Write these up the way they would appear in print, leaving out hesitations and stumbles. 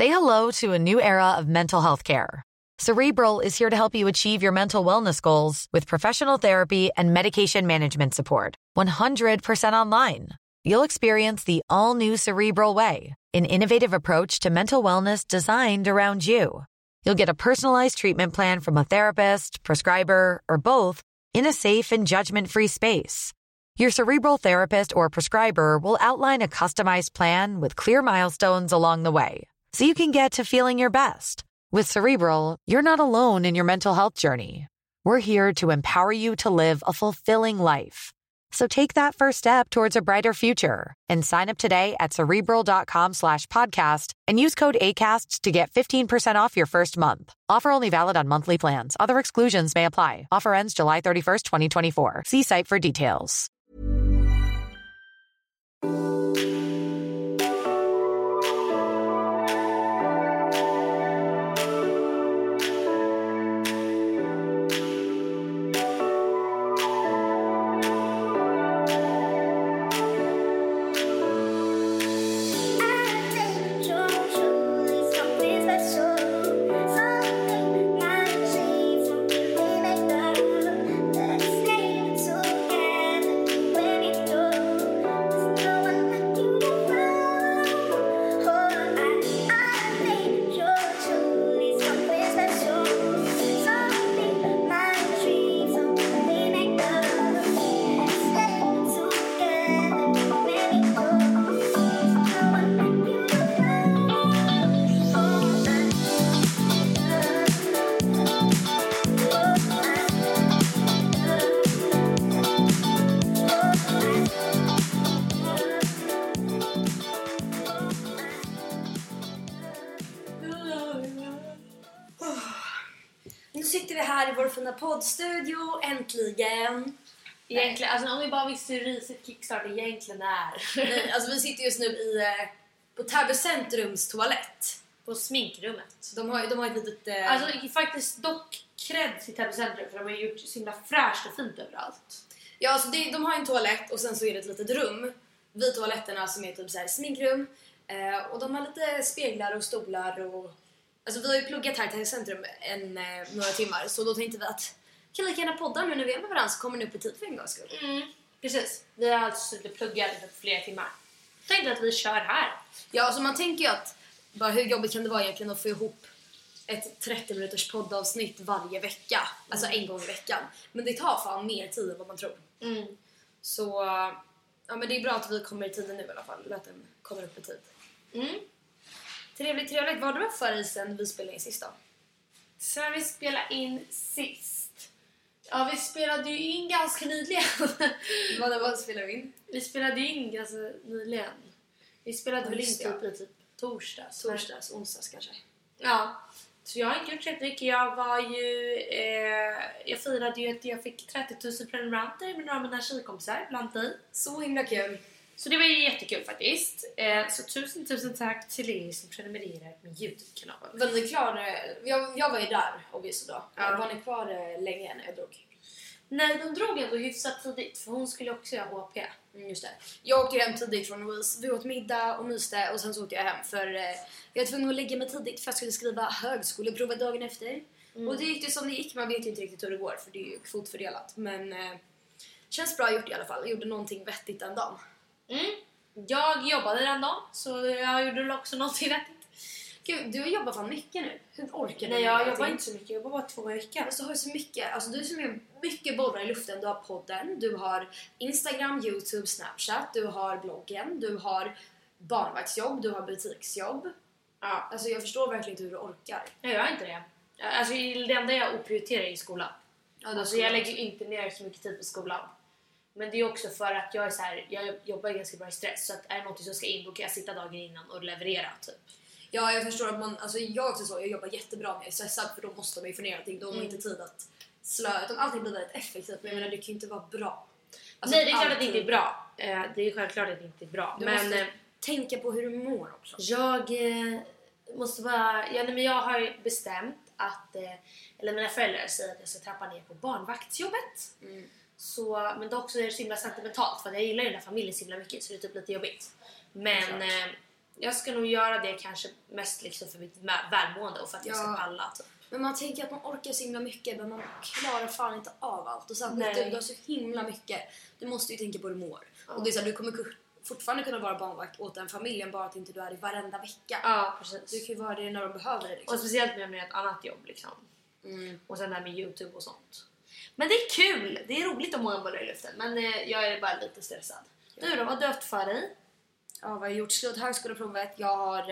Say hello to a new era of mental health care. Cerebral is here to help you achieve your mental wellness goals with professional therapy and medication management support. 100% online. You'll experience the all-new Cerebral Way, an innovative approach to mental wellness designed around you. You'll get a personalized treatment plan from a therapist, prescriber, or both in a safe and judgment-free space. Your Cerebral therapist or prescriber will outline a customized plan with clear milestones along the way, so you can get to feeling your best. With Cerebral, you're not alone in your mental health journey. We're here to empower you to live a fulfilling life. So take that first step towards a brighter future and sign up today at Cerebral.com/podcast and use code ACAST to get 15% off your first month. Offer only valid on monthly plans. Other exclusions may apply. Offer ends July 31st, 2024. See site for details. Nu sitter vi här i vår fina poddstudio, äntligen. Egentligen, alltså om vi bara visste hur risigt Kickstart egentligen är. Nej, alltså vi sitter just nu på Täby centrums toalett. På sminkrummet. De har ett litet... Alltså faktiskt dock cred till Täby centrum, för de har gjort så himla fräscht och fint överallt. Ja, alltså de har en toalett och sen så är det ett litet rum vid toaletterna som är typ så här sminkrum. Och de har lite speglar och stolar och... Alltså vi har ju pluggat här till centrum några timmar, så då tänkte vi att kan lika gärna podda nu när vi är med varandra, så kommer ni upp i tid för en gångs skull. Precis. Vi har alltså pluggat för flera timmar. Tänkte att vi kör här. Ja, alltså man tänker ju att bara hur jobbigt kan det vara egentligen att få ihop ett 30 minuters poddavsnitt varje vecka. Alltså en gång i veckan. Men det tar fan mer tid än vad man tror. Så ja, men det är bra att vi kommer i tiden nu i alla fall. Att den kommer upp i tid. Trevligt. Vad har du haft för dig sen vi spelade in sist då? Sen vi spelade in sist. Ja, vi spelade ju in ganska nyligen. Vad spelade vi in? Vi spelade in ganska nyligen. Vi spelade väl in typ torsdags, onsdags kanske. Ja, så jag har inte gjort rätt mycket. Jag var ju... jag firade ju att jag fick 30 000 prenumeranter med några av mina tjejkompisar bland dig. Så himla kul. Så det var ju jättekul faktiskt. Så tusen tack till er som prenumererar på min YouTube-kanal. Var ni klar? Jag var ju där obviously då. Ja. Var ni kvar länge när jag drog? Nej, de drog ändå hyfsat tidigt. För hon skulle också göra HP. Just det. Jag åkte hem tidigt från Louise. Vi åt middag och myste. Och sen så åkte jag hem. För jag var tvungen att lägga mig tidigt för att jag skulle skriva högskoleprovet dagen efter. Och det gick det som det gick. Man vet ju inte riktigt hur det går. För det är ju kvotfördelat. Men känns bra gjort i alla fall. Jag gjorde någonting vettigt den dagen. Jag jobbade den dagen. Så jag gjorde också någonting vettigt. Gud, du jobbar fan mycket nu. Hur orkar du? Nej, jag jobbar inte så mycket. Jag jobbar bara 2 veckor. Men så har du så mycket. Alltså du är så mycket bollar i luften. Du har podden, du har Instagram, YouTube, Snapchat. Du har bloggen, du har barnvaktsjobb, du har butiksjobb. Ja, alltså jag förstår verkligen inte hur du orkar. Nej, jag gör inte det. Alltså det enda jag oprioriterar är skolan. Ja, alltså jag lägger inte ner så mycket tid på skolan. Men det är också för att jag är så här, jag jobbar ganska bra i stress. Så att är det något som ska in, då kan jag sitta dagen innan och leverera typ. Ja, jag förstår att man, alltså jag också så, jag jobbar jättebra med stressad, för då måste man ju få ner allting, då har man inte tid att slöa, utan allting blir väldigt effektivt, men jag menar, det kan ju inte vara bra. Alltså, nej, det är klart att det inte är bra. Det är självklart att det inte är bra. Du men måste tänka på hur du mår också. Jag måste bara, men jag har bestämt att, eller mina föräldrar säger att jag ska trappa ner på barnvaktsjobbet. Så, men dock så är det så himla sentimentalt, för att jag gillar den där familjen så himla mycket, så det är typ lite jobbigt. Men Jag ska nog göra det kanske mest liksom för mitt välmående och för att jag ska palla typ. Men man tänker att man orkar så himla mycket, men man klarar fan inte av allt. Och samtidigt, du har så himla mycket. Du måste ju tänka på hur du mår. Och det är så här, du kommer fortfarande kunna vara barnvakt åt den familjen, bara att inte du är i varenda vecka. Ja, precis. Du kan ju vara det när de behöver det. Liksom. Och speciellt med ett annat jobb liksom. Och sen det här med YouTube och sånt. Men det är kul, det är roligt att många bollar i luften. Men jag är bara lite stressad. Ja. Du då, vad har du haft för dig? Ja, vad har jag gjort? Slutat högskoleprovet. Jag har...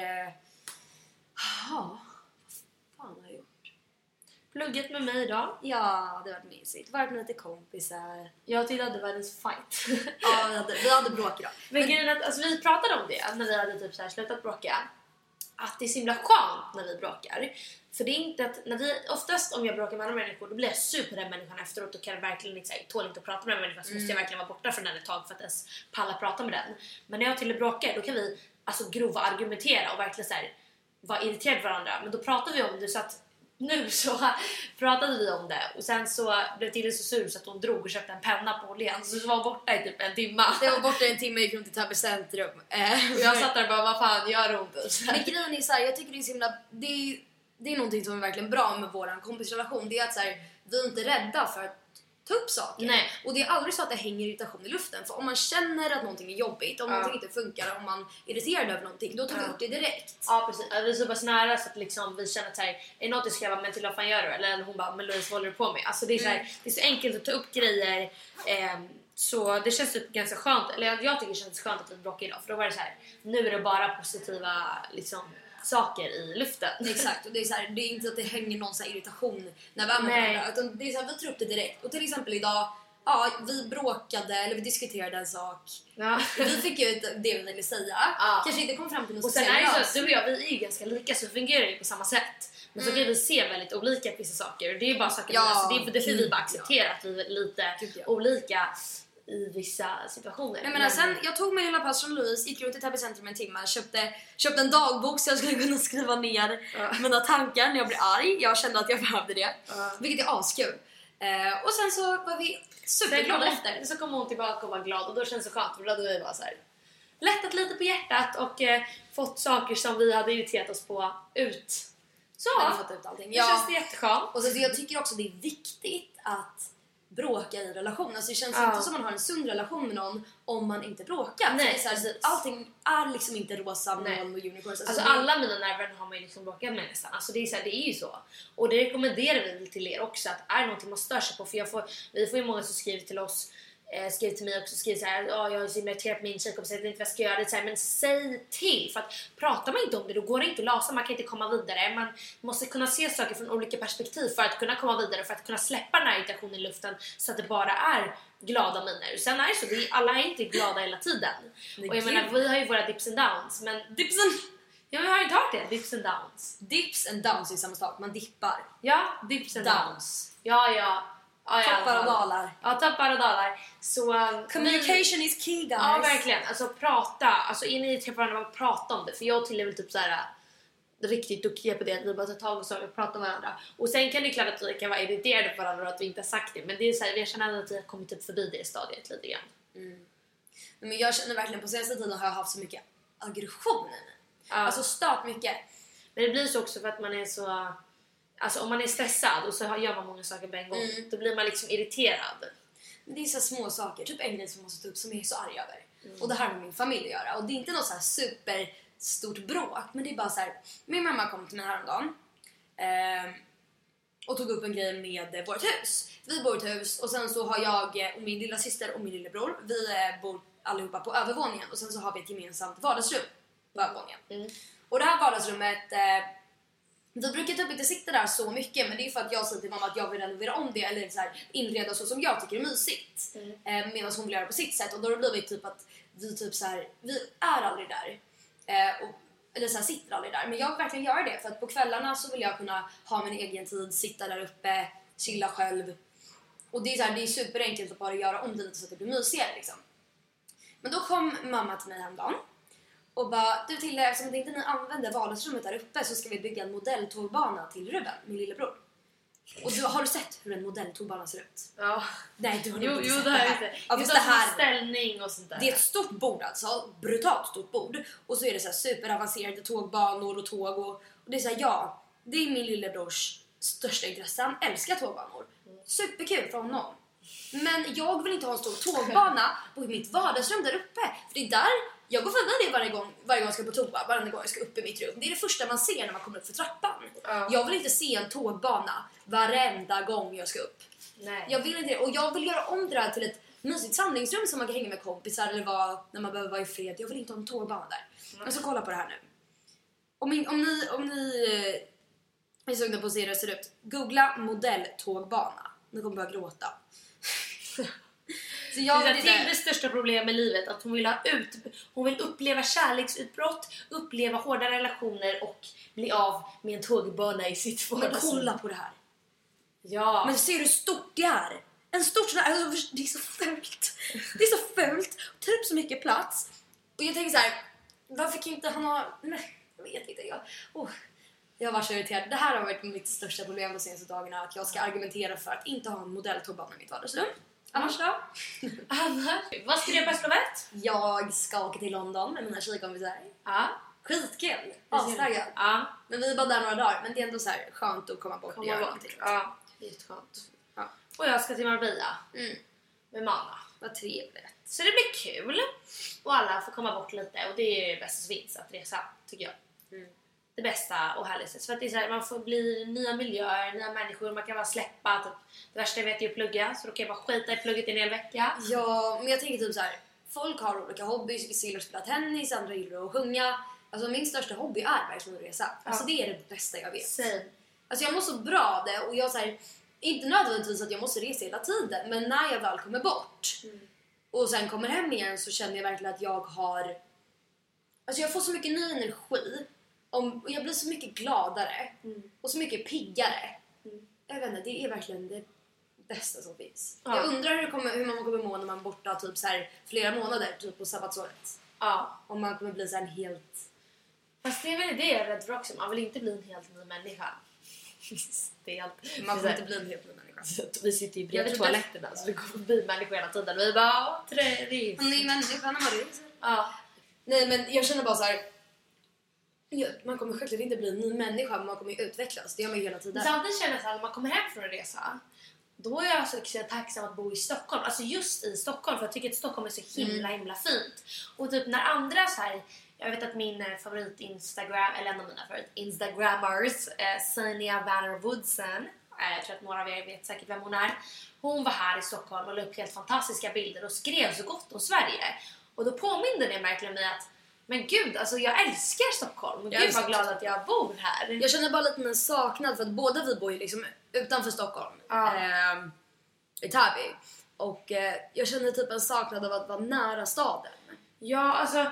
vad fan har jag gjort? Plugget med mig idag. Ja, det har varit mysigt. Varit med lite kompisar. Jag tyckte att det var världens fight. Ja, vi hade bråk idag. Men grejen att, alltså, vi pratade om det när vi hade typ så här slutat bråka. Att det är så himla skönt när vi bråkar. För det är inte att, när vi, oftast om jag bråkar med andra människor, då blir jag superrädd människan efteråt och kan verkligen inte säga, tål inte att prata med den människan, så måste jag verkligen vara borta från den ett tag för att ens palla prata med den. Men när jag till bråkar, då kan vi alltså grova argumentera och verkligen så här, vara irriterade på varandra. Men då pratar vi om det, så att nu så pratade vi om det och sen så blev Tilde så sur så att hon drog och köpte en penna på Åhléns, så var borta i typ en timme. Det var borta en timme, gick runt i Täby centrum. Och jag satt där och bara, vad fan gör hon? Men grejen är så här, jag tycker det är så himla, det är någonting som är verkligen bra med våran kompisrelation. Det är att så här, vi är inte rädda för att ta upp saker. Nej. Och det är aldrig så att det hänger irritation i luften. För om man känner att någonting är jobbigt, om någonting inte funkar, om man är irriterad över någonting, då tar vi upp det direkt. Ja, precis. Vi är så pass nära så att liksom, vi känner att så här, är något jag ska göra, men till vad fan gör du? Eller hon bara, men Louise, vad håller du på med? Alltså det är så här, det är så enkelt att ta upp grejer. Så det känns typ ganska skönt. Eller jag tycker det känns skönt att vi bråkar idag. För då var det så här, nu är det bara positiva liksom saker i luften. Exakt, och det är så här, det är inte att det hänger någon så här irritation när vi är med varandra, utan det är så här, vi tar upp det direkt. Och till exempel idag, ja, vi bråkade eller vi diskuterade en sak. Ja. Vi fick ju det vi ville säga. Ja. Kanske inte kom fram till något. Och sen är det så att du och jag, vi är ju ganska lika, så fungerar det på samma sätt. Men så kan vi se väldigt olika på vissa saker. Och det är ju bara saker, alltså det får vi bara acceptera att vi är lite olika i vissa situationer. Jag menar, sen jag tog mig lilla pass från Louise, gick runt i Täby centrum en timme, köpte en dagbok så jag skulle kunna skriva ner mina tankar när jag blir arg. Jag kände att jag behövde det, vilket är askul. Och sen så var vi superglada efter. Så kom hon tillbaka och var glad, och då känns det skönt, för då hade vi bara så här lättat lite på hjärtat och fått saker som vi hade irriterat oss på ut. Så vi fått ut allting. Det känns det jätteskönt. Och så jag tycker också det är viktigt att bråka i en relation. Alltså det känns inte som man har en sund relation med någon om man inte bråkar. Nej, så här, allting är liksom inte rosa moln och unicorns. Alltså alla mina nerver har man ju liksom bråkat med nästan. Alltså det är, så här, det är ju så. Och det rekommenderar vi till er också, att är någonting man stör sig på. För vi får ju många som skriver till oss, skriver till mig också, skriver så här, jag är så irriterad på min tjejkompis, jag vet inte vad jag ska göra. Det så här, men säg till, för att pratar man inte om det, då går det inte att lösa, man kan inte komma vidare. Man måste kunna se saker från olika perspektiv för att kunna komma vidare, för att kunna släppa den här irritationen i luften, så att det bara är glada miner. Sen är det så, alla är inte glada hela tiden. Och jag menar, vi har ju våra dips and downs, men ja, vi har inte hört det, dips and downs. Dips and downs är samma sak, man dippar. Ja, dips and downs. Ja. Toppar och dalar. Ja, toppar och dalar. Så communication is key, guys. Ja, verkligen. Alltså prata. Alltså in i träffa varandra och prata om det. För jag till är väl typ så här riktigt duktiga på det, att vi bara tar tag och saker och pratar med varandra. Och sen kan det klart att vi kan vara irriterade på varandra och att vi inte har sagt det. Men det är så här, jag känner att vi har kommit upp förbi det stadiet lite grann. Men jag känner verkligen på senaste tiden har jag haft så mycket aggression i mig. Alltså stört mycket. Men det blir så också för att man är så... Alltså om man är stressad och så gör man många saker på en gång, då blir man liksom irriterad. Men det är så små saker, typ en grej som man måste ta upp som jag är så arg över. Och det här har med min familj att göra. Och det är inte något så här superstort bråk, men det är bara så här. Min mamma kom till mig häromdagen och tog upp en grej med vårt hus. Vi bor i ett hus och sen så har jag och min lilla syster och min lillebror, vi bor allihopa på övervåningen. Och sen så har vi ett gemensamt vardagsrum på övervåningen. Och det här vardagsrummet... Vi brukar typ inte sitta där så mycket, men det är för att jag säger till mamma att jag vill renovera om det eller så här, inreda så som jag tycker är mysigt. Medan hon vill göra på sitt sätt. Och då blir det typ att vi typ så här, vi är aldrig där. Eller så här, sitter aldrig där. Men jag vill verkligen göra det, för att på kvällarna så vill jag kunna ha min egen tid, sitta där uppe, chilla själv. Och det är så här, det är superenkelt att bara göra om det lite så att det blir mysigare liksom. Men då kom mamma till mig häromdagen och bara, du Tilde, eftersom inte ni använder vardagsrummet där uppe så ska vi bygga en modelltågbana till Ruben, min lillebror. Och har du sett hur en modelltogbana ser ut? Ja. Nej, du har inte Jo, sett det det har jag här. inte. Ja, Just det här ställning och sånt där. det är ett stort bord alltså, brutalt stort bord. Och så är det så här superavancerade tågbanor och tåg och det är så här, ja, det är min lillebrors största intresse. Han älskar tågbanor. Superkul för honom. Men jag vill inte ha en stor tågbana på mitt vardagsrum där uppe. För det är där jag går förbi det varje gång jag ska på toa, varje gång jag ska upp i mitt rum. Det är det första man ser när man kommer upp för trappan. Jag vill inte se en tågbana varenda gång jag ska upp. Nej. Jag vill inte det. Och jag vill göra om det här till ett mysigt samlingsrum som man kan hänga med kompisar eller vara när man behöver vara i fred. Jag vill inte ha en tågbana där. Men så kolla på det här nu. Om ni är sugna på att se hur det ser ut, googla modelltågbana. Ni kommer börja gråta. Så jag det är det största problemet i livet, att hon vill uppleva kärleksutbrott, uppleva hårda relationer och bli av med en tågbana i sitt vardagsrum. Men kolla på det här. Ja. Men ser du hur stort det är? En stort sån här, alltså, det är så fult. Det är så fult. Och tar upp så mycket plats. Och jag tänker så här, varför kan inte han ha... Nej, jag vet inte. Jag var så irriterad. Det här har varit mitt största problem de senaste dagarna. Att jag ska argumentera för att inte ha en modelltågbana i mitt vardagsrum. Annars då? Annars? Vad ska du göra på Slovett? Jag ska åka till London med mina tjejkompisar. Ja. Skitkul. Astaggad. Ja. Men vi är bara där några dagar. Men det är ändå så här skönt att komma bort och göra någonting. Ja, jätteskönt. Ja. Och jag ska till Marbella med mamma. Vad trevligt. Så det blir kul. Och alla får komma bort lite. Och det är bästa vinst att resa, tycker jag. Det bästa och härligaste. För att det är så här, man får bli nya miljöer, nya människor. Man kan bara släppa. Typ. Det värsta jag vet är att plugga. Så då kan jag bara skita i plugget i en hel vecka. Ja, men jag tänker typ så här. Folk har olika hobbys. Vissa gillar att spela tennis, andra gillar att sjunga. Alltså min största hobby är verkligen att resa. Alltså det är det bästa jag vet. Same. Alltså jag mår så bra av det. Och jag så här, inte nödvändigtvis att jag måste resa hela tiden. Men när jag väl kommer bort och sen kommer hem igen, så känner jag verkligen att jag har... Alltså jag får så mycket ny energi. Och jag blir så mycket gladare. Och så mycket piggare. Jag vet inte, det är verkligen det bästa som finns. Jag undrar hur man kommer må när man är borta typ så här flera månader typ på sabbatsåret. Ja. Om man kommer bli så här en helt... Fast det är väl det jag är rädd för också. Man vill inte bli en helt ny människa. Stelt. Man får inte bli en helt ny människa. Vi sitter ju bredvid toaletterna, så vi går förbi människor hela tiden. Vi bara, trevligt. En ny människa när man reser. Ja. Nej, men jag känner bara så här. Man kommer självklart inte bli en ny människa, men man kommer ju utvecklas. Det gör man ju hela tiden. Samtidigt känner jag att när man kommer hem från en resa, då är jag så tacksam att bo i Stockholm. Alltså just i Stockholm, för jag tycker att Stockholm är så himla fint. Och typ när andra så här, jag vet att min favorit-instagram, eller en av mina favorit-instagrammers, Sania Vanner-Woodsen, jag tror att några av er vet säkert vem hon är. Hon var här i Stockholm och la upp helt fantastiska bilder och skrev så gott om Sverige. Och då påminde det verkligen mig att, men gud, alltså jag älskar Stockholm. Och gud vad glad att jag bor här. Jag känner bara lite en saknad, för att båda vi bor ju liksom utanför Stockholm. I Täby. Och jag känner typ en saknad av att vara nära staden. Ja, alltså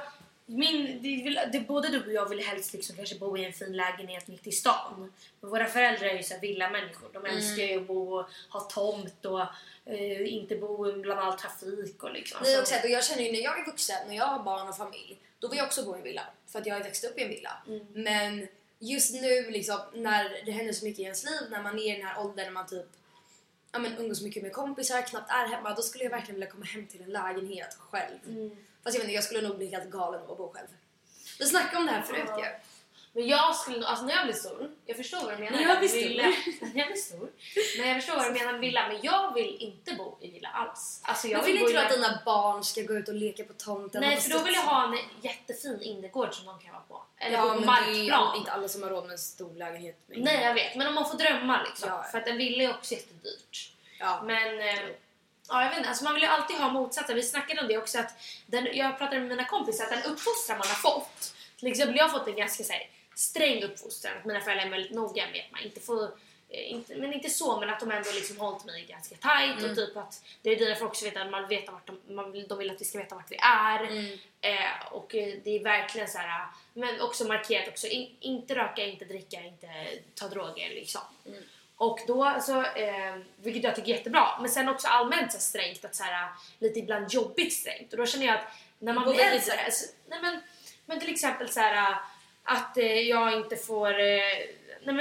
både du och jag vill helst liksom kanske bo i en fin lägenhet mitt i stan. Men våra föräldrar är ju så här villamänniskor. De älskar ju att bo och ha tomt och inte bo bland all trafik och liksom. Nej, och jag känner ju när jag är vuxen, när jag har barn och familj, då vill jag också bo i en villa. För att jag har växt upp i en villa. Men just nu liksom, när det händer så mycket i ens liv, när man är i den här åldern när man typ umgås mycket med kompisar, knappt är hemma, då skulle jag verkligen vilja komma hem till en lägenhet själv. Fast jag vet inte, jag skulle nog bli helt galen av att bo själv. Vi snackade om det här förut ju. Men jag skulle, alltså när jag blir stor, jag förstår vad du menar. Jag blir stor. Men jag förstår vad du menar med villa, men jag vill inte bo i villa alls. Alltså jag vill inte att dina barn ska gå ut och leka på tomten. Nej, för då vill jag ha en jättefin innergård som de kan vara på. Eller ja, på men markplan. Det är inte alla som har råd med en stor lägenhet. Nej, jag vet. Men om man får drömma liksom. Ja. För att en villa är också jättedyrt. Ja. Men... Ja, jag vet inte. Alltså man vill ju alltid ha motsatsen. Vi snackade om det också. Att jag pratade med mina kompisar att den uppfostran man har fått. Till exempel jag har fått en ganska så här, sträng uppfostran. Mina föräldrar är väldigt noga med att man inte får... men inte så, men att de ändå liksom hållit mig ganska tajt. Och typ att det är därför också vet att man vet vart de vill att vi ska veta vart vi är. Och det är verkligen så här, men också markerat också. Inte röka, inte dricka, inte ta droger liksom. Och då så, vilket jag tycker är jättebra. Men sen också allmänt så strängt, att så här, lite ibland jobbigt strängt. Och då känner jag att när man blir äldre, nej men till exempel så här, att jag inte får, nej men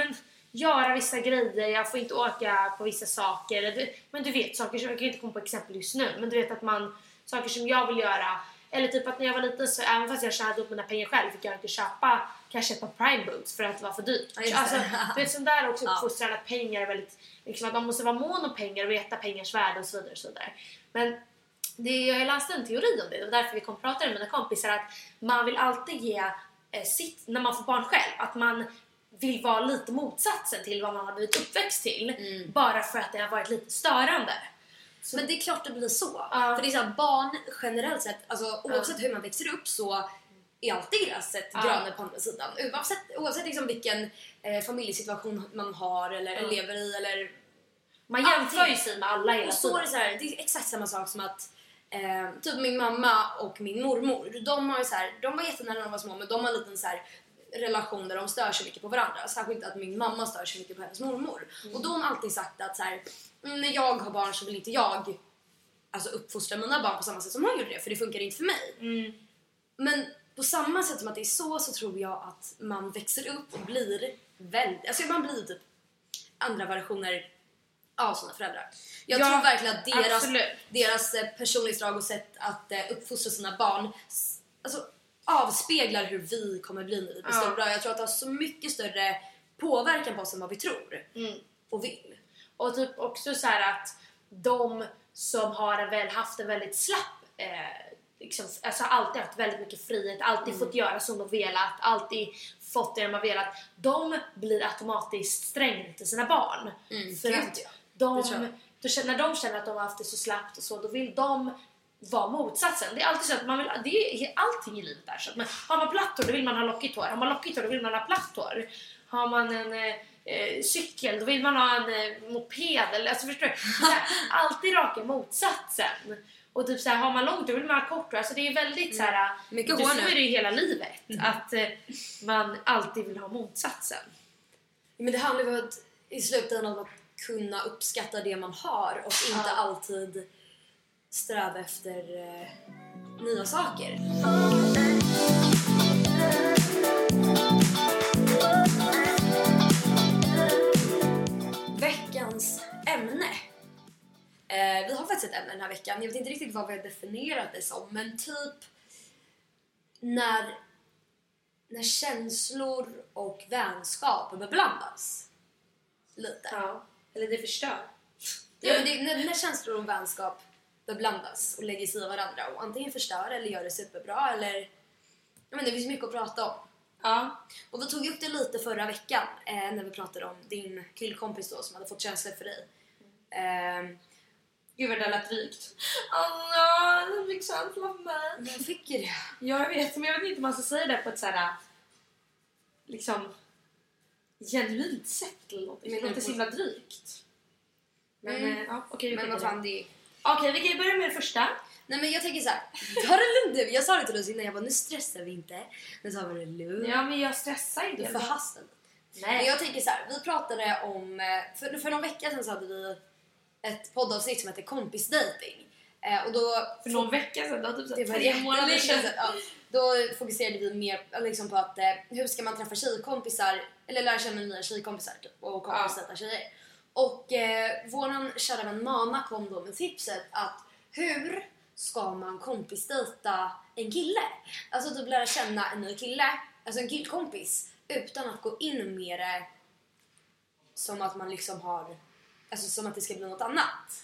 göra vissa grejer, jag får inte åka på vissa saker. Men du vet, saker som jag kan inte komma på exempel just nu, men du vet att saker som jag vill göra. Eller typ att när jag var liten så även fast jag tjänade upp mina pengar själv fick jag inte kanske ett par Prime Boots för att det var för dyrt. Alltså, du vet, sånt där också uppfostran att pengar är väldigt, liksom att man måste vara mån om pengar och veta pengars värde och så vidare och så där. Men jag läste en teori om det och därför vi kom prata med mina kompisar att man vill alltid ge sitt, när man får barn själv, att man vill vara lite motsatsen till vad man har blivit uppväxt till, bara för att det har varit lite störande. Men det är klart det blir så. För det är så här, barn generellt sett, alltså, oavsett hur man växer upp så är alltid gräset grönare på andra sidan. Oavsett liksom vilken familjesituation man har eller lever i. Eller man jämför ju sig med alla hela tiden. Och så är det är exakt samma sak som att typ min mamma och min mormor, de var jättenära när de var små, men de har en liten så här relation där de stör sig mycket på varandra. Särskilt att min mamma stör sig mycket på hennes mormor. Och då har hon alltid sagt att så här, när jag har barn så vill inte jag uppfostra mina barn på samma sätt som hon gjorde det, för det funkar inte för mig. Men på samma sätt som att det är så tror jag att man växer upp och blir väldigt, alltså man blir typ andra versioner av sina föräldrar. Jag tror verkligen att deras personlighetsdrag och sätt att uppfostra sina barn avspeglar hur vi kommer bli när vi blir stora. Jag tror att det har så mycket större påverkan på oss än vad vi tror och vill. Och typ också så här att de som har haft en väldigt slapp liksom, alltså alltid haft väldigt mycket frihet, alltid fått göra som de velat, alltid fått det de har velat, de blir automatiskt strängda till sina barn. För att när de känner att de har haft det så slappt och så, då vill de vara motsatsen. Det är alltid så att man vill, det är allting i livet där, så att har man platt hår då vill man ha lockigt hår, har man lockigt hår då vill man ha platt hår, har man en cykel då vill man ha en moped, eller alltså förstår du? Alltid raka motsatsen. Och typ så här, har man långt då vill man ha kort hår. Alltså det är väldigt så här, mycket hår nu. Så är det i hela livet att man alltid vill ha motsatsen. Men det handlar ju i slutändan om att kunna uppskatta det man har och inte alltid sträva efter nya saker. Veckans ämne. Vi har faktiskt ett ämne den här veckan. Jag vet inte riktigt vad vi har definierat det som, men typ när känslor och vänskap beblandas lite. Ja, eller det förstör. Ja, men när känslor och vänskap beblandas och lägger sig i varandra och antingen förstör eller gör det superbra, eller det finns mycket att prata om. Ja. Och vi tog upp det lite förra veckan när vi pratade om din killkompis då som hade fått känslor för dig. Gud vad det lät drygt. Det fick känslor för mig. Men fick ju det. Jag vet, men jag vet inte om man ska säga det på ett såhär liksom genuint sätt eller något. Det låter så himla drygt. Men okej, men vad fan det är. Okej, vi kan ju börja med det första. Nej, men jag tänker så här, ta det lugnt. Jag sa det till oss innan, jag bara, nu stressar vi inte. Men så var det lugnt. Ja, men jag stressar inte. Du är för hastad. Nej. Men jag tänker så här, vi pratade om, för någon vecka sedan så hade vi ett poddavsnitt som heter kompisdating. Och då för någon vecka sedan, då typ så det var 3 månader sedan. Ja, då fokuserade vi mer liksom på att hur ska man träffa tjejkompisar eller lära känna nya tjejkompisar typ, och kompisar tjejer. Och våran kära vän Mana kom då med tipset att hur ska man kompisdejta en kille? Alltså typ lära känna en ny kille, alltså en killkompis, utan att gå in med det som att man liksom har, alltså som att det ska bli något annat.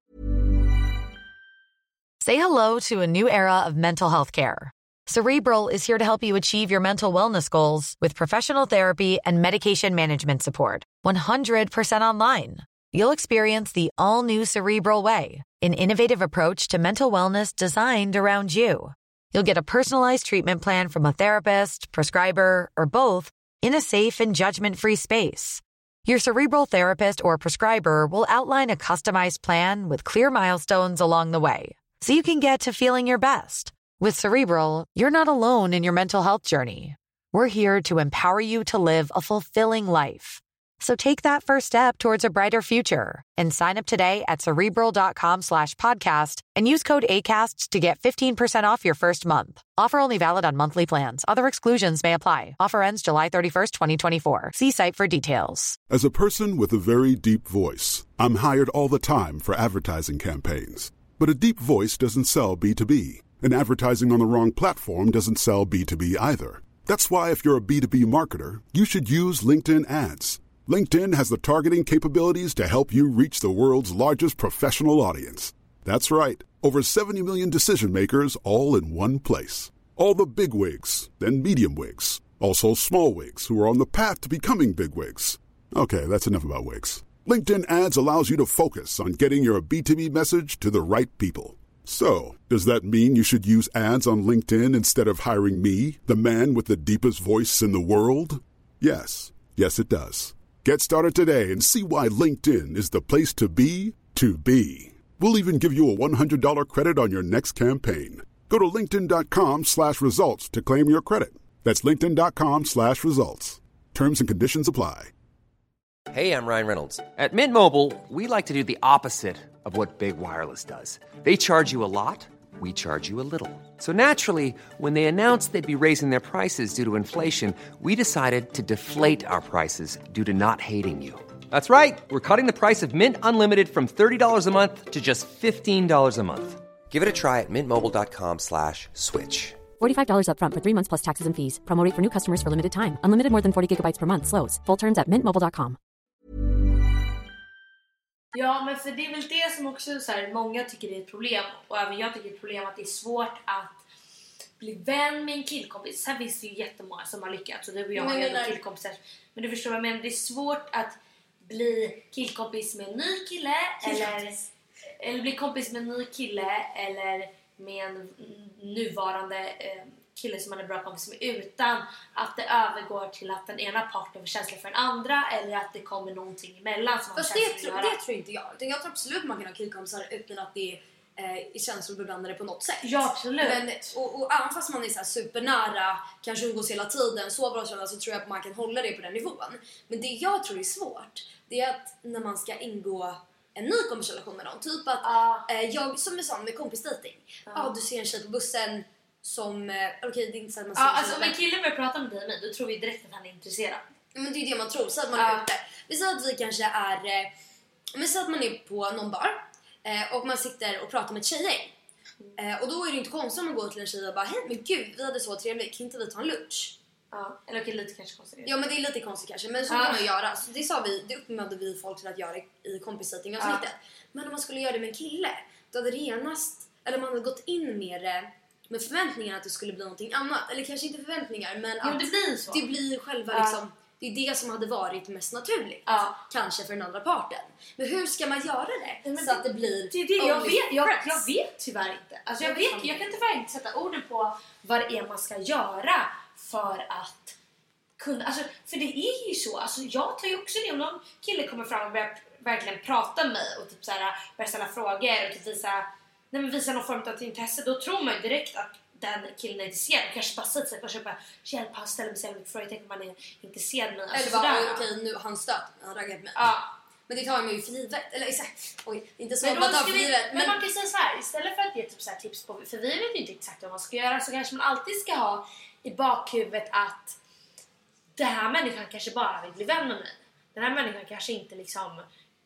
Say hello to a new era of mental health care. Cerebral is here to help you achieve your mental wellness goals with professional therapy and medication management support. 100% online. You'll experience the all-new Cerebral Way, an innovative approach to mental wellness designed around you. You'll get a personalized treatment plan from a therapist, prescriber, or both in a safe and judgment-free space. Your Cerebral therapist or prescriber will outline a customized plan with clear milestones along the way, so you can get to feeling your best. With Cerebral, you're not alone in your mental health journey. We're here to empower you to live a fulfilling life. So take that first step towards a brighter future and sign up today at Cerebral.com/podcast and use code ACAST to get 15% off your first month. Offer only valid on monthly plans. Other exclusions may apply. Offer ends July 31st, 2024. See site for details. As a person with a very deep voice, I'm hired all the time for advertising campaigns. But a deep voice doesn't sell B2B, and advertising on the wrong platform doesn't sell B2B either. That's why if you're a B2B marketer, you should use LinkedIn ads. LinkedIn has the targeting capabilities to help you reach the world's largest professional audience. That's right. Over 70 million decision makers all in one place. All the big wigs and medium wigs. Also small wigs who are on the path to becoming big wigs. Okay, that's enough about wigs. LinkedIn ads allows you to focus on getting your B2B message to the right people. So, does that mean you should use ads on LinkedIn instead of hiring me, the man with the deepest voice in the world? Yes. Yes, it does. Get started today and see why LinkedIn is the place to be to be. We'll even give you a $100 credit on your next campaign. Go to linkedin.com/results to claim your credit. That's linkedin.com/results. Terms and conditions apply. Hey, I'm Ryan Reynolds. At Mint Mobile, we like to do the opposite of what Big Wireless does. They charge you a lot, we charge you a little. So naturally, when they announced they'd be raising their prices due to inflation, we decided to deflate our prices due to not hating you. That's right. We're cutting the price of Mint Unlimited from $30 a month to just $15 a month. Give it a try at mintmobile.com/switch. $45 up front for 3 months plus taxes and fees. Promo rate for new customers for limited time. Unlimited more than 40 gigabytes per month. Slows full terms at mintmobile.com. Ja, men för det är väl det som också så här, många tycker det är ett problem. Och även jag tycker det är ett problem att det är svårt att bli vän med en killkompis. Sen finns det ju jättemånga som har lyckats. Och det och jag har ju killkompisar. Men du förstår vad jag menar. Det är svårt att bli killkompis med en ny kille. Eller bli kompis med en ny kille. Eller med en nuvarande kille som man är bra kompis med. Utan att det övergår till att den ena parten får känsla för den andra. Eller att det kommer någonting emellan som man det tror inte jag. Jag tror absolut man kan ha killkompisar utan att det är känsloblandade på något sätt. Ja, absolut. Men, och även fast man är så här supernära, kanske umgås hela tiden, så bra kända, så tror jag att man kan hålla det på den nivån. Men det jag tror är svårt, det är att när man ska ingå en ny kompisrelation med någon, typ att jag, som vi sa med kompisdating, du ser en tjej på bussen som okej, det är inte så att man ser alltså om en kille börjar prata med dig, då tror vi direkt att han är intresserad. Men det är det man tror, så att man är ute. Vi säger att vi kanske är men så att man är på någon bar och man sitter och pratar med ett tjejgäng. Och då är det inte konstigt om man går till en tjej och bara, hej men gud, vi hade så trevligt, kan inte vi ta en lunch? Ja, eller okej, lite kanske konstigt. Ja, men det är lite konstigt kanske, men så kan man göra. Så det uppmanade vi folk till att göra i kompisdatingavsnittet. Men om man skulle göra det med en kille, då hade renast, eller man hade gått in med förväntningar att det skulle bli någonting annat. Eller kanske inte förväntningar, men att det blir så. Det blir själva liksom, det är det som hade varit mest naturligt. Kanske för den andra parten. Men hur ska man göra det? Men så att det blir... Det är det jag vet tyvärr inte. Alltså jag kan tyvärr inte sätta orden på vad det är man ska göra för att kunna... Alltså, för det är ju så. Alltså jag tar ju också det om någon kille kommer fram och börjar verkligen prata med mig och typ såhär, börjar ställa frågor och typ visa någon form av intresse. Då tror man ju direkt att den killen är intresserad. Kanske bara säger sig och köpa hjälp, han ställer mig så mycket frågor. Jag tänker man är intresserad med. Eller bara, okej, nu han stött, han raggar på mig. Men det tar man ju för givet. Eller inte så. Men man kan säga så här, istället för att ge typ så här tips på, för vi vet ju inte exakt vad man ska göra, så kanske man alltid ska ha i bakhuvudet att den här människan kanske bara vill bli vän med mig. Den här människan kanske inte liksom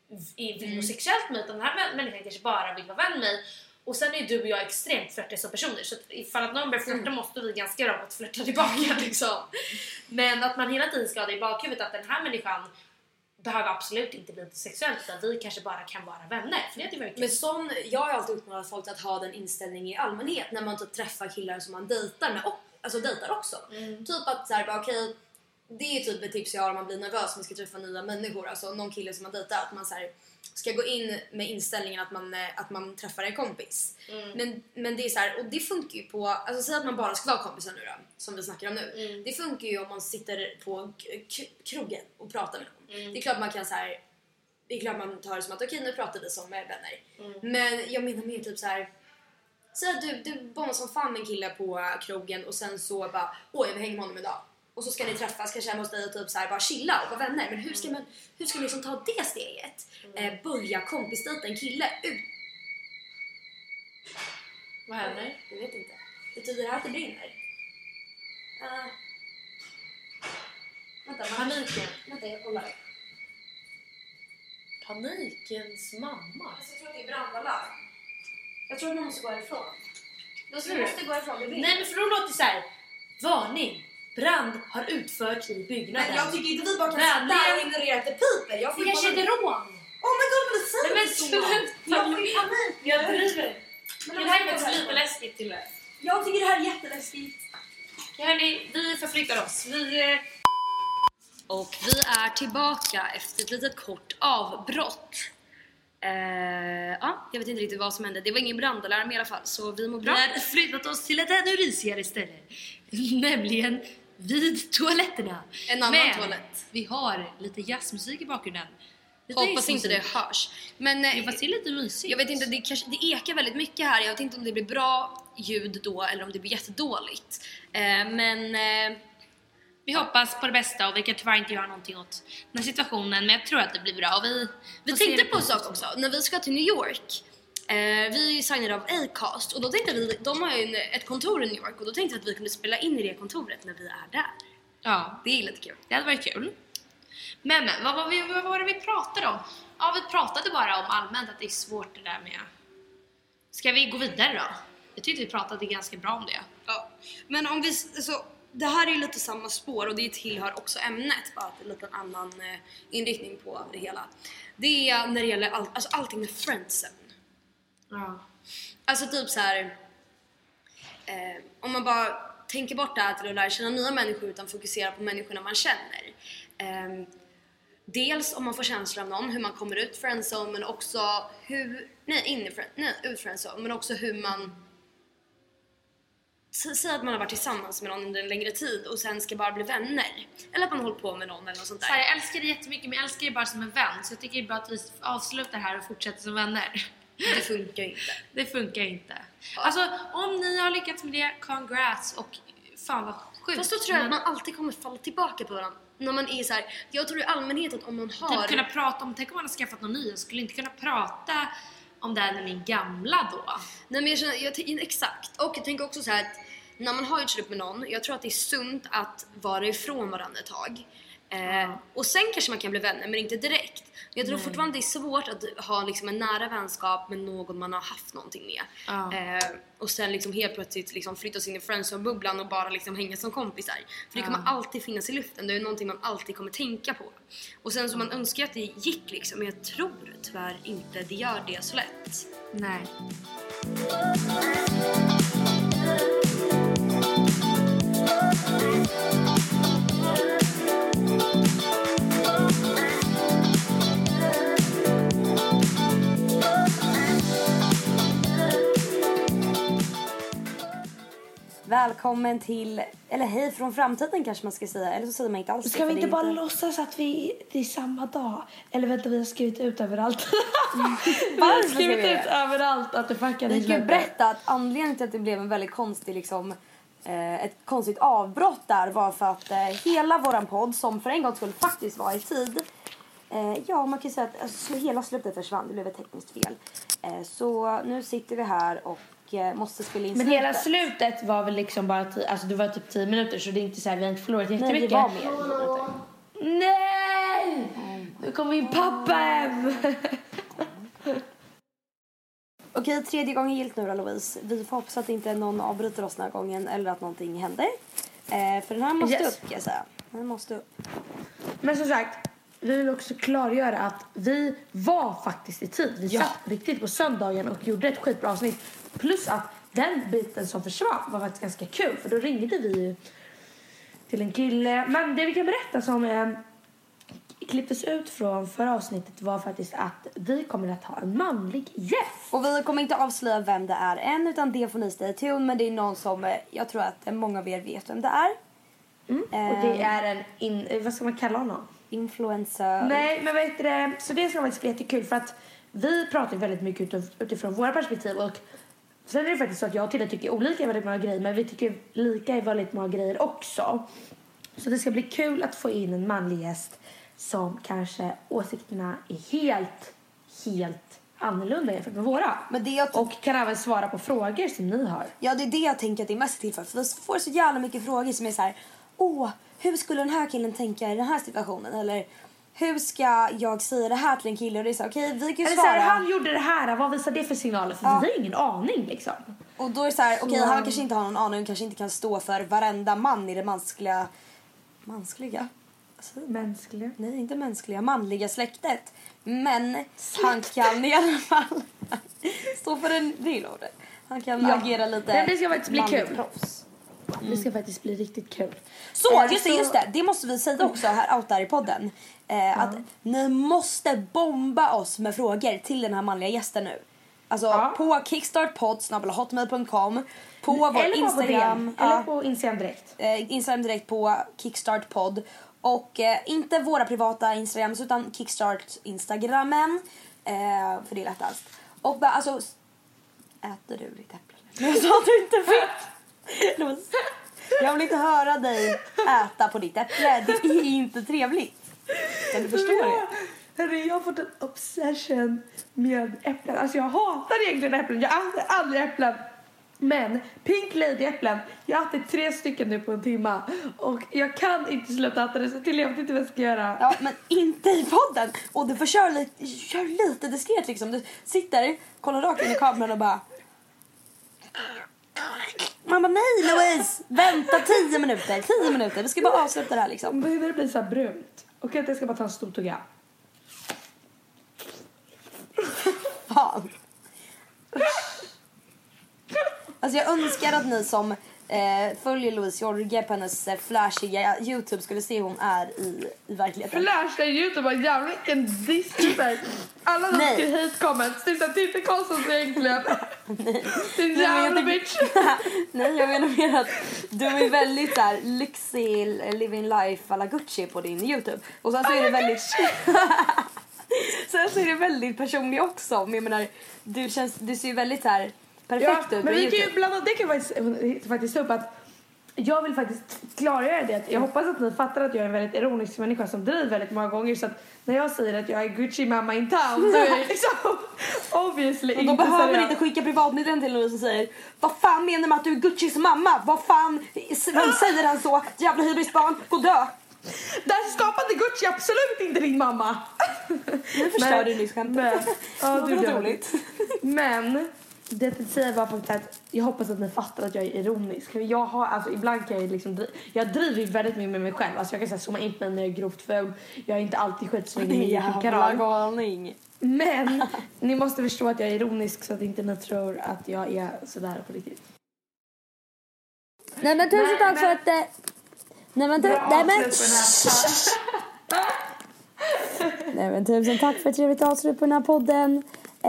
vill något sexuellt med, utan den här människan kanske bara vill vara vän med mig. Och sen är du och jag extremt flörtiga som personer. Så att ifall att någon börjar flörta måste vi ganska bra att flörta tillbaka liksom. Men att man hela tiden ska ha det i bakhuvudet att den här människan behöver absolut inte bli sexuellt, utan vi kanske bara kan vara vänner. För det är men jag har alltid uppmanat folk att ha den inställningen i allmänhet när man träffar killar som man dejtar med, och alltså dejtar också. Typ att såhär, okej, det är typ ett tips jag har om man blir nervös när man ska träffa nya människor. Alltså någon kille som man dejtar, att man såhär ska gå in med inställningen att man träffar en kompis. Men det är så här, och det funkar ju på, alltså säg att man bara ska vara kompisar nu då, som vi snackar om nu. Det funkar ju om man sitter på krogen och pratar med någon. Det är klart man kan så här, det är klart man tar det som att okej, nu pratar vi som vänner. Men jag menar mer typ så här, säg att du bommar som fan med en kille på krogen och sen så bara, jag vill hänga med honom idag. och så ska ni träffas kanske hemma hos dig och typ så här bara chilla och vara vänner. Men hur ska man liksom ta det steget? Börja kompisdejta en kille ut. Vad händer? Jag vet inte. Betyder det här att det brinner? Vänta, Paniken. Vänta, jag kollar. Panikens mamma. Jag tror att det är brandalarm. Jag tror att man måste gå härifrån. Du måste gå härifrån. Nej, men för då låter det så här. Varning. Brand har utförts i byggnaden. Men jag tycker inte vi bara kan sitta där och ignorera att det piper. Jag får det kanske är ett rån. Oh my god, men säg men inte så. sluta. Jag får panik. Jag driver. Men det här är faktiskt lite läskigt till det. Jag tycker det här är jätteläskigt. Ja, hörni, vi förflyttar oss. Och vi är tillbaka efter ett litet kort avbrott. Jag vet inte riktigt vad som hände. Det var ingen brandalarm i alla fall, så vi mår bra. Vi har flyttat oss till ett ännu risigare ställe. Nämligen vid toaletterna. En annan toalett. Vi har lite jazzmusik i bakgrunden. Hoppas inte det hörs. Men det är lite mysigt. Jag vet inte, det ekar väldigt mycket här. Jag vet inte om det blir bra ljud då eller om det blir jättedåligt. Vi hoppas på det bästa och vi kan tyvärr inte göra någonting åt den här situationen, men jag tror att det blir bra. Vi tänkte på en sak också. När vi ska till New York, vi signade av Acast och då tänkte vi, de har ju ett kontor i New York och då tänkte vi att vi kunde spela in i det kontoret när vi är där. Ja, det är lite kul. Det hade varit kul. Men vad var det vi pratade om? Ja, vi pratade bara om allmänt att det är svårt det där med... Ska vi gå vidare då? Jag tyckte vi pratade ganska bra om det. Ja, men om vi... Så, det här är ju lite samma spår och det tillhör också ämnet, bara att det är lite annan inriktning på det hela. Det är när det gäller allting med friendsen. Ja. Alltså typ så här, om man bara tänker bort det här till att lära känna nya människor utan fokusera på människorna man känner. Dels om man får känsla av någon, hur man kommer ut friendzone, men också ut friendzone, men också hur man säger att man har varit tillsammans med någon under en längre tid och sen ska bara bli vänner. Eller att man håller på med någon eller något sånt där. Så här, jag älskar det jättemycket, men jag älskar det bara som en vän. Så jag tycker det är bra att vi avslutar här och fortsätter som vänner. Det funkar inte. Det funkar inte. Alltså, om ni har lyckats med det, congrats och fan vad sjukt. Fast då tror jag att man alltid kommer falla tillbaka på varandra. När man är så här, jag tror i allmänhet att om man har... Typ kunna prata om, tänk om man har skaffat någon ny. Jag skulle inte kunna prata om det här med min gamla då. Nej, men jag känner, exakt. Och jag tänker också så här att när man har gjort upp med någon, jag tror att det är sunt att vara ifrån varandra ett tag. Och sen kanske man kan bli vänner, men inte direkt. Jag tror fortfarande det är svårt att ha liksom en nära vänskap med någon man har haft någonting med. Och sen liksom helt plötsligt liksom flyttas in i friendzone-bubblan och bara liksom hänga som kompisar. För det kommer alltid finnas i luften. Det är någonting man alltid kommer tänka på. Och sen så man önskar att det gick liksom, men jag tror tyvärr inte det gör det så lätt. Nej. Välkommen till, eller hej från framtiden kanske man ska säga. Eller så säger man inte alls. Ska vi inte bara låtsas att det är samma dag? Eller vänta, vi har skrivit ut överallt. Vi har skrivit ut överallt att det fuckade. Vi kan berätta att anledningen till att det blev en väldigt konstig liksom, ett konstigt avbrott där var för att hela våran podd, som för en gång skulle faktiskt vara i tid, ja, man kan säga att alltså, hela slutet försvann. Det blev ett tekniskt fel. Så nu sitter vi här och måste spela in men slutet. hela slutet var väl liksom bara alltså det var typ 10 minuter, så det är inte så här, vi har inte förlorat jättemycket. Nej, det var mer minuter. Nej! Nu kommer min pappa hem. Okej, 3:e gången gillt nu då, Louise. Vi får hoppas att inte någon avbryter oss den här gången eller att någonting händer. För den här måste upp, kan jag säga. Den måste upp. Men som sagt, vi vill också klargöra att vi var faktiskt i tid. Vi satt riktigt på söndagen och gjorde ett skitbra avsnitt. Plus att den biten som försvann var faktiskt ganska kul. För då ringde vi till en kille. Men det vi kan berätta som klipptes ut från förra avsnittet var faktiskt att vi kommer att ha en manlig gäst. Och vi kommer inte avslöja vem det är än, utan det får ni stay tuned. Men det är någon som jag tror att många av er vet vem det är. Och det är vad ska man kalla honom? Influencer. Nej, men vad heter det? Så det ska vara jättekul för att vi pratar väldigt mycket utifrån våra perspektiv. Och sen är det faktiskt så att jag och Tilde tycker olika i väldigt många grejer, men vi tycker lika i väldigt många grejer också. Så det ska bli kul att få in en manlig gäst som kanske åsikterna är helt annorlunda jämfört med våra. Men det och kan även svara på frågor som ni har. Ja, det är det jag tänker att det är mest till för vi får så jävla mycket frågor som är så här: hur skulle den här killen tänka i den här situationen? Eller hur ska jag säga det här till en kille? Och det är så okej, vi kan ju svara. Eller så här, han gjorde det här, vad visar det för signaler? För vi har ingen aning liksom. Och då är det så här, okej, han kanske inte har någon aning, kanske inte kan stå för varenda man i det mänskliga. Mänskliga? Nej, inte mänskliga, manliga släktet. Men han kan i alla fall stå för en del av det. Han kan agera lite. Men det ska faktiskt bli kul. Proffs. Det ska faktiskt bli riktigt kul. Så, just det. Det måste vi säga också här out där i podden. Att ni måste bomba oss med frågor till den här manliga gästen nu. Alltså på kickstartpodd@hotmail.com, på vår eller Instagram. Eller på Instagram direkt. Instagram direkt på kickstartpodd. Och inte våra privata Instagrams utan Kickstart Instagrammen. För det är lättast. Och bara, alltså, äter du ditt äpple? Jag sa att du inte fick. Jag vill inte höra dig äta på ditt äpple. Det är inte trevligt. Kan du förstå det? Hörru, jag har fått en obsession med äpplen. Alltså jag hatar egentligen äpplen. Jag äter aldrig äpplen. Men Pink Lady-äpplen, jag äter 3 stycken nu på en timme. Och jag kan inte sluta äta det, så till jag vet inte vad jag ska göra. Ja, men inte i podden. Och du får köra lite diskret liksom. Du sitter, kollar rakt in i kameran och bara... Mamma, nej Louise! Vänta 10 minuter. 10 minuter, vi ska bara avsluta det här liksom. Men det blir så här brunt. Okej, jag ska bara ta en stor tugga. Fan. Alltså jag önskar att ni som följer Louise Jorge på hennes flashiga YouTube skulle se hur hon är i verkligheten. Flashiga YouTube var jävla vilken diss. Alla som skriver hate comments. Det är inte konstigt egentligen. Din jävla bitch. Nej, jag menar mer att du är väldigt så här lyxig, living life alla Gucci på din YouTube. Och sen så är det väldigt... Sen så är det väldigt personligt också. Men jag menar, du ser ju väldigt så här perfekt ut. Men vi kan ju bland annat, det kan faktiskt upp att jag vill faktiskt klargöra det. Jag hoppas att ni fattar att jag är en väldigt ironisk människa som driver väldigt många gånger. Så att när jag säger att jag är Gucci mamma in town, så är jag liksom obviously och då behöver man inte skicka privatmeddelanden till någon som säger: vad fan menar man att du är Guccis mamma? Vad fan säger han så? Jävla hybrisbarn, gå dö. Där skapade Gucci absolut inte din mamma. Nu förstör du nyss skämtet. Ja, det var roligt. Men det jag säger bara faktiskt att jag hoppas att ni fattar att jag är ironisk. För jag har, alltså ibland kan jag liksom jag driver ju väldigt mycket med mig själv. Alltså jag kan säga zooma in mig när jag är grovt ful. Jag är inte alltid skitsnygg i min YouTube-kanal. Galning. Men ni måste förstå att jag är ironisk, så att inte ni tror att jag är sådär på riktigt. Nej, men tusen tack för att Nej men tusen tack för ett trevligt avslut på den här podden.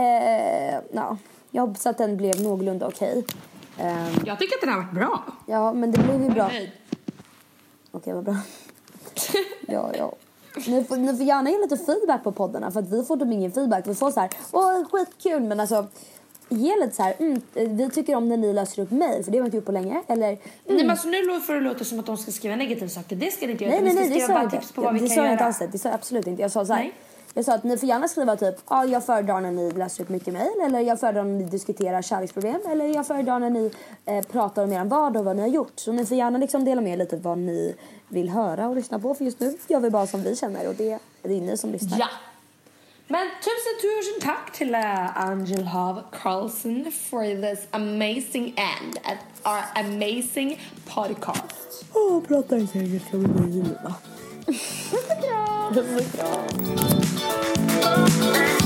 Jag hoppas att den blev någorlunda okej. Jag tycker att den har varit bra. Ja, men det blev ju bra. Okej, vad bra. Ja. Ni får gärna ge lite feedback på poddarna, för att vi får typ ingen feedback. Vi får så här, skitkul, men alltså ge lite så här, vi tycker om när ni läser upp mejl, för det har vi inte gjort på länge. Eller, Nej, men alltså nu får det låta som att de ska skriva negativa saker. Det ska ni inte göra. Nej, det sa jag inte. Tips på vad vi kan göra. Det sa jag absolut inte. Jag sa så här. Jag sa att ni får gärna skriva typ, jag föredrar när ni läser upp mycket mejl, eller jag föredrar när ni diskuterar kärleksproblem, eller jag föredrar när ni pratar om er vardag och vad ni har gjort. Så ni får gärna liksom dela med lite vad ni vill höra och lyssna på, för just nu gör vi bara som vi känner, och det är ni som lyssnar. Ja. Men tusen tack till Angela Carlson for this amazing end at our amazing podcast. Pratar inte engelska med mig, Lina. Puss och kram.